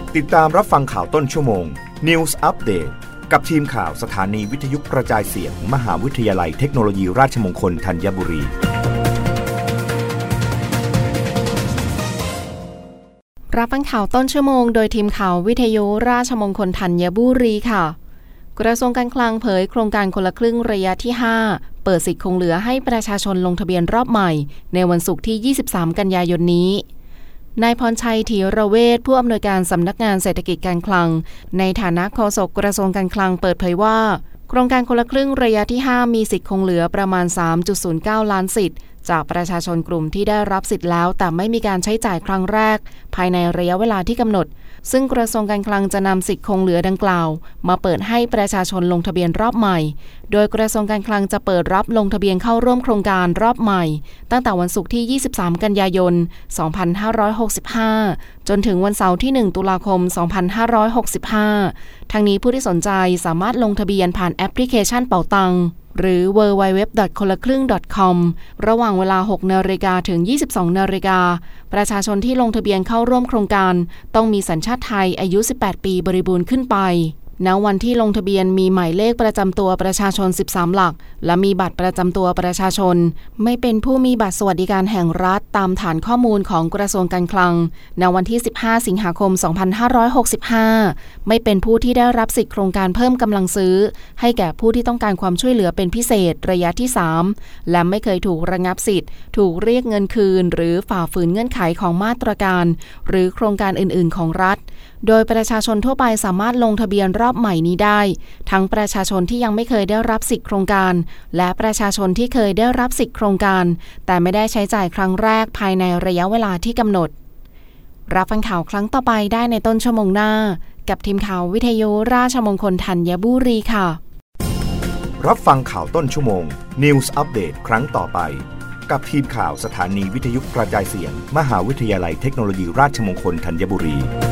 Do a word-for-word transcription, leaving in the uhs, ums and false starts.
ติดตามรับฟังข่าวต้นชั่วโมง News Update กับทีมข่าวสถานีวิทยุกระจายเสียง มหาวิทยาลัยเทคโนโลยีราชมงคลธัญบุรีรับฟังข่าวต้นชั่วโมงโดยทีมข่าววิทยุราชมงคลธัญบุรีค่ะกระทรวงการคลังเผยโครงการคนละครึ่งระยะที่ห้าเปิดสิทธิ์คงเหลือให้ประชาชนลงทะเบียนรอบใหม่ในวันศุกร์ที่ยี่สิบสามกันยายนนี้นายพรชัยธีรเวชผู้อำนวยการสำนักงานเศรษฐกิจการคลังในฐานะโฆษกกระทรวงการคลังเปิดเผยว่าโครงการคนละครึ่งระยะที่ห้ามีสิทธิ์คงเหลือประมาณ สามจุดศูนย์เก้า ล้านสิทธิ์จากประชาชนกลุ่มที่ได้รับสิทธิ์แล้วแต่ไม่มีการใช้จ่ายครั้งแรกภายในระยะเวลาที่กำหนดซึ่งกระทรวงการคลังจะนำสิทธิ์คงเหลือดังกล่าวมาเปิดให้ประชาชนลงทะเบียนรอบใหม่โดยกระทรวงการคลังจะเปิดรับลงทะเบียนเข้าร่วมโครงการรอบใหม่ตั้งแต่วันศุกร์ที่ยี่สิบสามกันยายนสองพันห้าร้อยหกสิบห้าจนถึงวันเสาร์ที่หนึ่งตุลาคมสองพันห้าร้อยหกสิบห้าทั้งนี้ผู้ที่สนใจสามารถลงทะเบียนผ่านแอปพลิเคชันเป๋าตังหรือ ดับเบิลยู ดับเบิลยู ดับเบิลยู ดอท คนละครึ่ง ดอท คอม ระหว่างเวลา หกนาฬิกา ถึง ยี่สิบสองนาฬิกาประชาชนที่ลงทะเบียนเข้าร่วมโครงการต้องมีสัญชาติไทยอายุสิบแปดปีบริบูรณ์ขึ้นไปณวันที่ลงทะเบียนมีหมายเลขประจำตัวประชาชนสิบสามหลักและมีบัตรประจำตัวประชาชนไม่เป็นผู้มีบัตรสวัสดิการแห่งรัฐตามฐานข้อมูลของกระทรวงการคลังณวันที่สิบห้าสิงหาคมสองพันห้าร้อยหกสิบห้าไม่เป็นผู้ที่ได้รับสิทธิโครงการเพิ่มกำลังซื้อให้แก่ผู้ที่ต้องการความช่วยเหลือเป็นพิเศษระยะที่สามและไม่เคยถูกระงับสิทธิ์ถูกเรียกเงินคืนหรือฝ่าฝืนเงื่อนไขของมาตรการหรือโครงการอื่นๆของรัฐโดยประชาชนทั่วไปสามารถลงทะเบียนรอบใหม่นี้ได้ทั้งประชาชนที่ยังไม่เคยได้รับสิทธิโครงการและประชาชนที่เคยได้รับสิทธิโครงการแต่ไม่ได้ใช้จ่ายครั้งแรกภายในระยะเวลาที่กำหนดรับฟังข่าวครั้งต่อไปได้ในต้นชั่วโมงหน้ากับทีมข่าววิทยุราชมงคลธัญบุรีค่ะรับฟังข่าวต้นชั่วโมง News Update ครั้งต่อไปกับทีมข่าวสถานีวิทยุกระจายเสียงมหาวิทยาลัยเทคโนโลยีราชมงคลธัญบุรี